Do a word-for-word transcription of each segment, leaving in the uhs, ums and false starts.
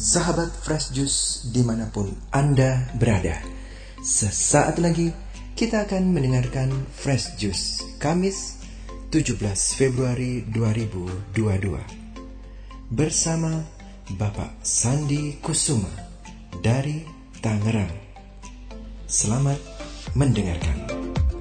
Sahabat Fresh Juice dimanapun Anda berada, sesaat lagi kita akan mendengarkan Fresh Juice Kamis tujuh belas Februari dua ribu dua puluh dua bersama Bapak Sandi Kusuma dari Tangerang. Selamat mendengarkan.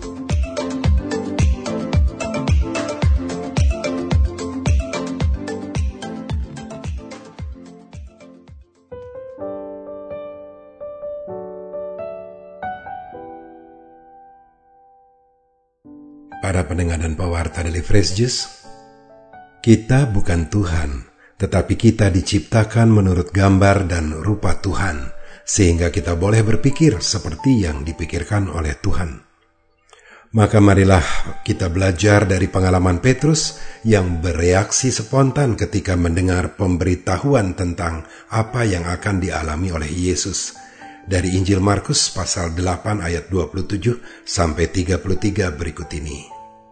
Para pendengar dan pewarta dari Fresh Juice, kita bukan Tuhan, tetapi kita diciptakan menurut gambar dan rupa Tuhan, sehingga kita boleh berpikir seperti yang dipikirkan oleh Tuhan. Maka marilah kita belajar dari pengalaman Petrus yang bereaksi spontan ketika mendengar pemberitahuan tentang apa yang akan dialami oleh Yesus. Dari Injil Markus pasal delapan ayat dua puluh tujuh sampai tiga puluh tiga berikut ini.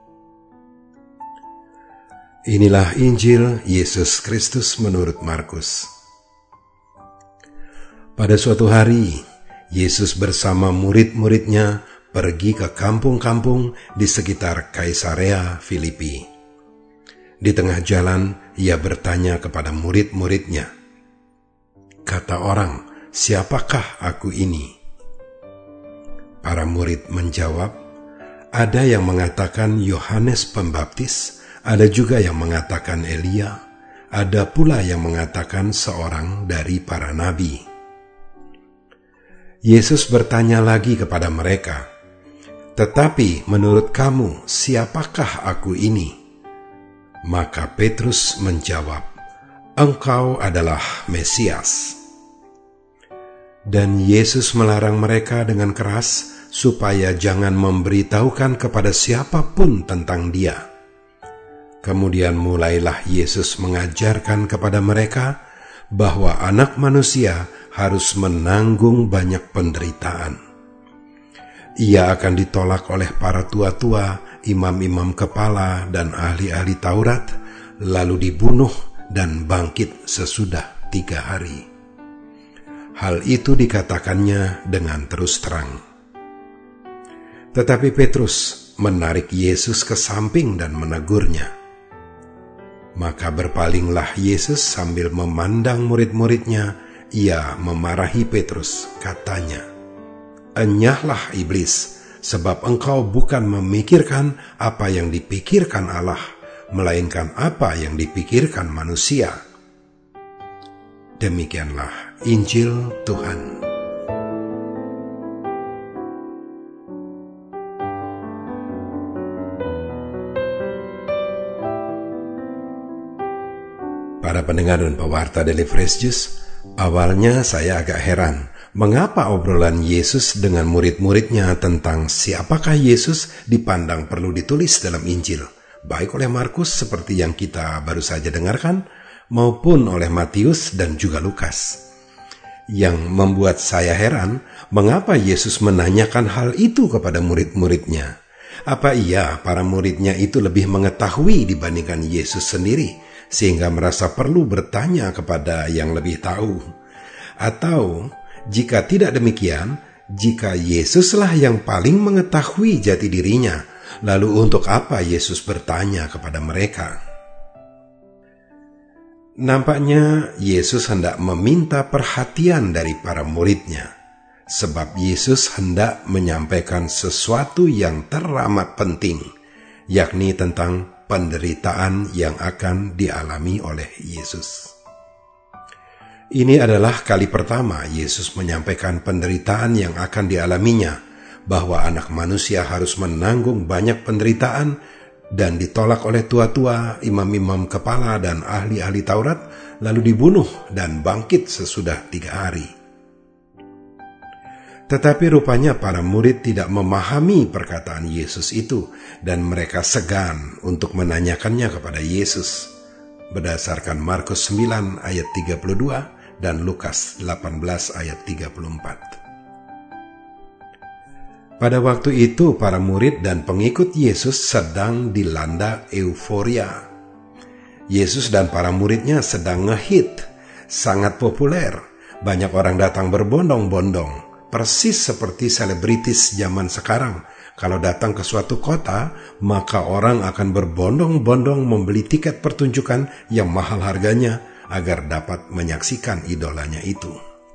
Inilah Injil Yesus Kristus menurut Markus. Pada suatu hari, Yesus bersama murid-muridnya pergi ke kampung-kampung di sekitar Kaisarea Filipi. Di tengah jalan, ia bertanya kepada murid-muridnya, "Kata orang, siapakah aku ini?" Para murid menjawab, "Ada yang mengatakan Yohanes Pembaptis, ada juga yang mengatakan Elia, ada pula yang mengatakan seorang dari para nabi." Yesus bertanya lagi kepada mereka, "Tetapi menurut kamu, siapakah aku ini?" Maka Petrus menjawab, "Engkau adalah Mesias." Dan Yesus melarang mereka dengan keras supaya jangan memberitahukan kepada siapapun tentang Dia. Kemudian mulailah Yesus mengajarkan kepada mereka bahwa Anak Manusia harus menanggung banyak penderitaan. Ia akan ditolak oleh para tua-tua, imam-imam kepala, dan ahli-ahli Taurat, lalu dibunuh dan bangkit sesudah tiga hari. Hal itu dikatakannya dengan terus terang. Tetapi Petrus menarik Yesus ke samping dan menegurnya. Maka berpalinglah Yesus sambil memandang murid-muridnya. Ia memarahi Petrus, katanya, "Enyahlah iblis, sebab engkau bukan memikirkan apa yang dipikirkan Allah, melainkan apa yang dipikirkan manusia." Demikianlah Injil Tuhan. Para pendengar dan pewarta dari Fresh Juice, awalnya saya agak heran mengapa obrolan Yesus dengan murid-muridnya tentang siapakah Yesus dipandang perlu ditulis dalam Injil, baik oleh Markus seperti yang kita baru saja dengarkan, maupun oleh Matius dan juga Lukas. Yang membuat saya heran, mengapa Yesus menanyakan hal itu kepada murid-muridnya? Apa iya para muridnya itu lebih mengetahui dibandingkan Yesus sendiri, sehingga merasa perlu bertanya kepada yang lebih tahu? Atau jika tidak demikian, jika Yesuslah yang paling mengetahui jati dirinya, lalu untuk apa Yesus bertanya kepada mereka? Nampaknya Yesus hendak meminta perhatian dari para muridnya, sebab Yesus hendak menyampaikan sesuatu yang teramat penting, yakni tentang penderitaan yang akan dialami oleh Yesus. Ini adalah kali pertama Yesus menyampaikan penderitaan yang akan dialaminya, bahwa Anak Manusia harus menanggung banyak penderitaan dan ditolak oleh tua-tua, imam-imam kepala, dan ahli-ahli Taurat, lalu dibunuh dan bangkit sesudah tiga hari. Tetapi rupanya para murid tidak memahami perkataan Yesus itu, dan mereka segan untuk menanyakannya kepada Yesus, berdasarkan Markus sembilan ayat tiga puluh dua dan Lukas delapan belas ayat tiga puluh empat. Pada waktu itu para murid dan pengikut Yesus sedang dilanda euforia. Yesus dan para muridnya sedang ngehit, sangat populer. Banyak orang datang berbondong-bondong, persis seperti selebritis zaman sekarang. Kalau datang ke suatu kota, maka orang akan berbondong-bondong membeli tiket pertunjukan yang mahal harganya agar dapat menyaksikan idolanya itu.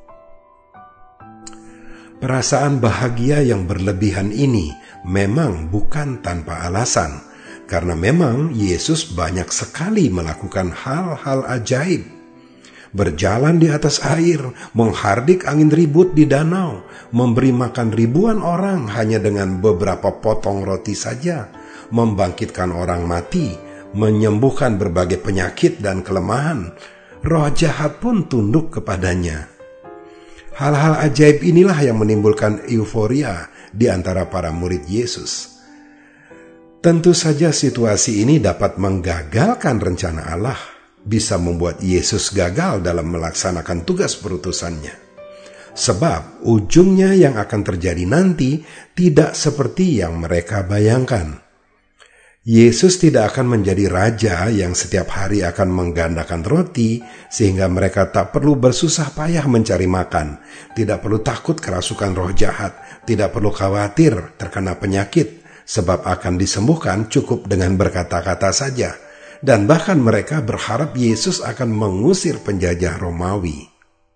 Perasaan bahagia yang berlebihan ini memang bukan tanpa alasan, karena memang Yesus banyak sekali melakukan hal-hal ajaib. Berjalan di atas air, menghardik angin ribut di danau, memberi makan ribuan orang hanya dengan beberapa potong roti saja, membangkitkan orang mati, menyembuhkan berbagai penyakit dan kelemahan. Roh jahat pun tunduk kepadanya. Hal-hal ajaib inilah yang menimbulkan euforia di antara para murid Yesus. Tentu saja situasi ini dapat menggagalkan rencana Allah, bisa membuat Yesus gagal dalam melaksanakan tugas perutusannya. Sebab ujungnya yang akan terjadi nanti tidak seperti yang mereka bayangkan. Yesus tidak akan menjadi raja yang setiap hari akan menggandakan roti sehingga mereka tak perlu bersusah payah mencari makan, tidak perlu takut kerasukan roh jahat, tidak perlu khawatir terkena penyakit, sebab akan disembuhkan cukup dengan berkata-kata saja. Dan bahkan mereka berharap Yesus akan mengusir penjajah Romawi.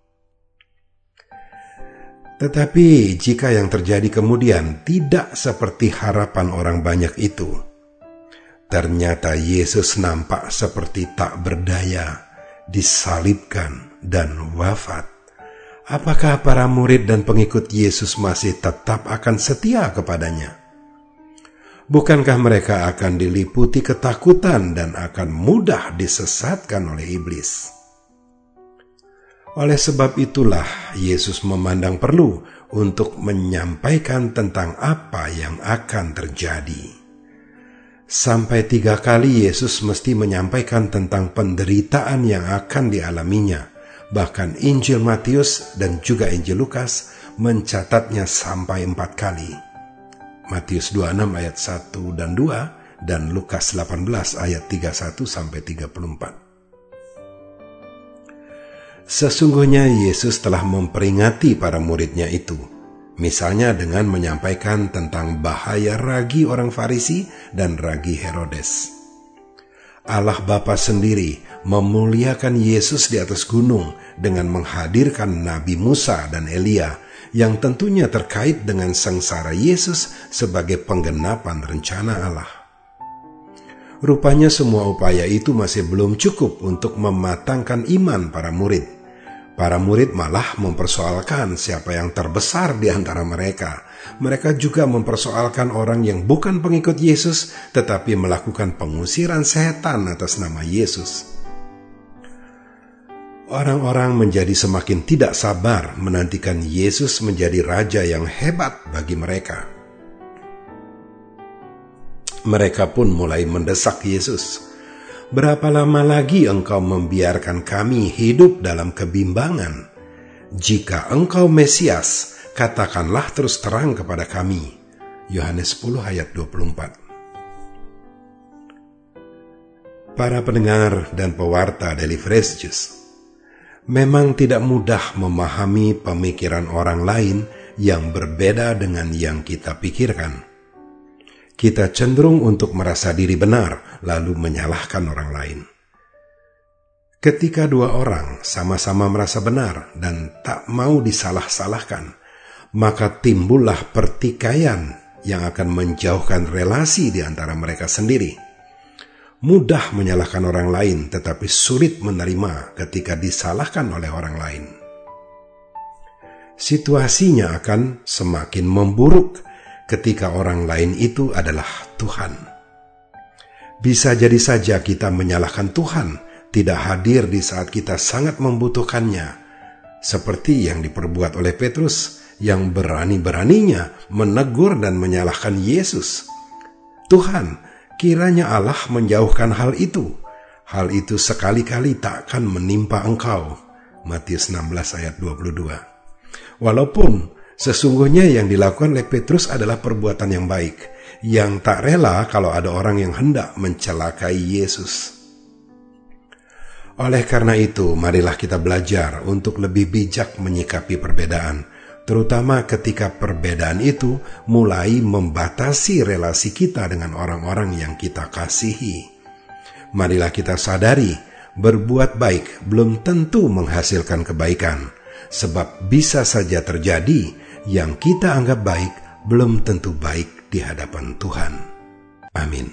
Tetapi jika yang terjadi kemudian tidak seperti harapan orang banyak itu, ternyata Yesus nampak seperti tak berdaya, disalibkan dan wafat. Apakah para murid dan pengikut Yesus masih tetap akan setia kepadanya? Bukankah mereka akan diliputi ketakutan dan akan mudah disesatkan oleh iblis? Oleh sebab itulah Yesus memandang perlu untuk menyampaikan tentang apa yang akan terjadi. Sampai tiga kali Yesus mesti menyampaikan tentang penderitaan yang akan dialaminya. Bahkan Injil Matius dan juga Injil Lukas mencatatnya sampai empat kali. Matius dua puluh enam ayat satu dan dua dan Lukas delapan belas ayat tiga puluh satu sampai tiga puluh empat. Sesungguhnya Yesus telah memperingati para muridnya itu, misalnya dengan menyampaikan tentang bahaya ragi orang Farisi dan ragi Herodes. Allah Bapa sendiri memuliakan Yesus di atas gunung dengan menghadirkan Nabi Musa dan Elia, yang tentunya terkait dengan sengsara Yesus sebagai penggenapan rencana Allah. Rupanya semua upaya itu masih belum cukup untuk mematangkan iman para murid. Para murid malah mempersoalkan siapa yang terbesar di antara mereka. Mereka juga mempersoalkan orang yang bukan pengikut Yesus, tetapi melakukan pengusiran setan atas nama Yesus. Orang-orang menjadi semakin tidak sabar menantikan Yesus menjadi raja yang hebat bagi mereka. Mereka pun mulai mendesak Yesus, "Berapa lama lagi engkau membiarkan kami hidup dalam kebimbangan? Jika engkau Mesias, katakanlah terus terang kepada kami." Yohanes sepuluh ayat dua puluh empat. Para pendengar dan pewarta Daily Fresh Juice, memang tidak mudah memahami pemikiran orang lain yang berbeda dengan yang kita pikirkan. Kita cenderung untuk merasa diri benar, lalu menyalahkan orang lain. Ketika dua orang sama-sama merasa benar dan tak mau disalah-salahkan, maka timbullah pertikaian yang akan menjauhkan relasi di antara mereka sendiri. Mudah menyalahkan orang lain, tetapi sulit menerima ketika disalahkan oleh orang lain. Situasinya akan semakin memburuk ketika orang lain itu adalah Tuhan. Bisa jadi saja kita menyalahkan Tuhan, tidak hadir di saat kita sangat membutuhkannya, seperti yang diperbuat oleh Petrus yang berani-beraninya menegur dan menyalahkan Yesus. "Tuhan, kiranya Allah menjauhkan hal itu. Hal itu sekali-kali tak akan menimpa engkau." Matius enam belas ayat dua puluh dua. Walaupun sesungguhnya yang dilakukan oleh Petrus adalah perbuatan yang baik, yang tak rela kalau ada orang yang hendak mencelakai Yesus. Oleh karena itu, marilah kita belajar untuk lebih bijak menyikapi perbedaan, terutama ketika perbedaan itu mulai membatasi relasi kita dengan orang-orang yang kita kasihi. Marilah kita sadari, berbuat baik belum tentu menghasilkan kebaikan, sebab bisa saja terjadi yang kita anggap baik belum tentu baik di hadapan Tuhan. Amin.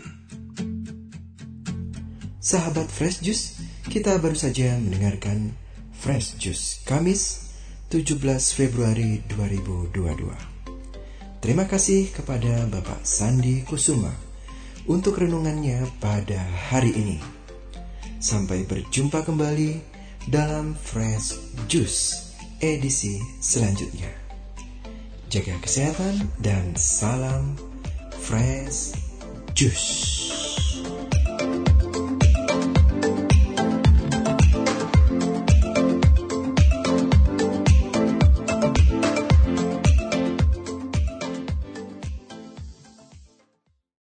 Sahabat Fresh Juice, kita baru saja mendengarkan Fresh Juice Kamis tujuh belas Februari dua ribu dua puluh dua. Terima kasih kepada Bapak Sandi Kusuma untuk renungannya pada hari ini. Sampai berjumpa kembali dalam Fresh Juice edisi selanjutnya. Jaga kesehatan dan salam Fresh Juice.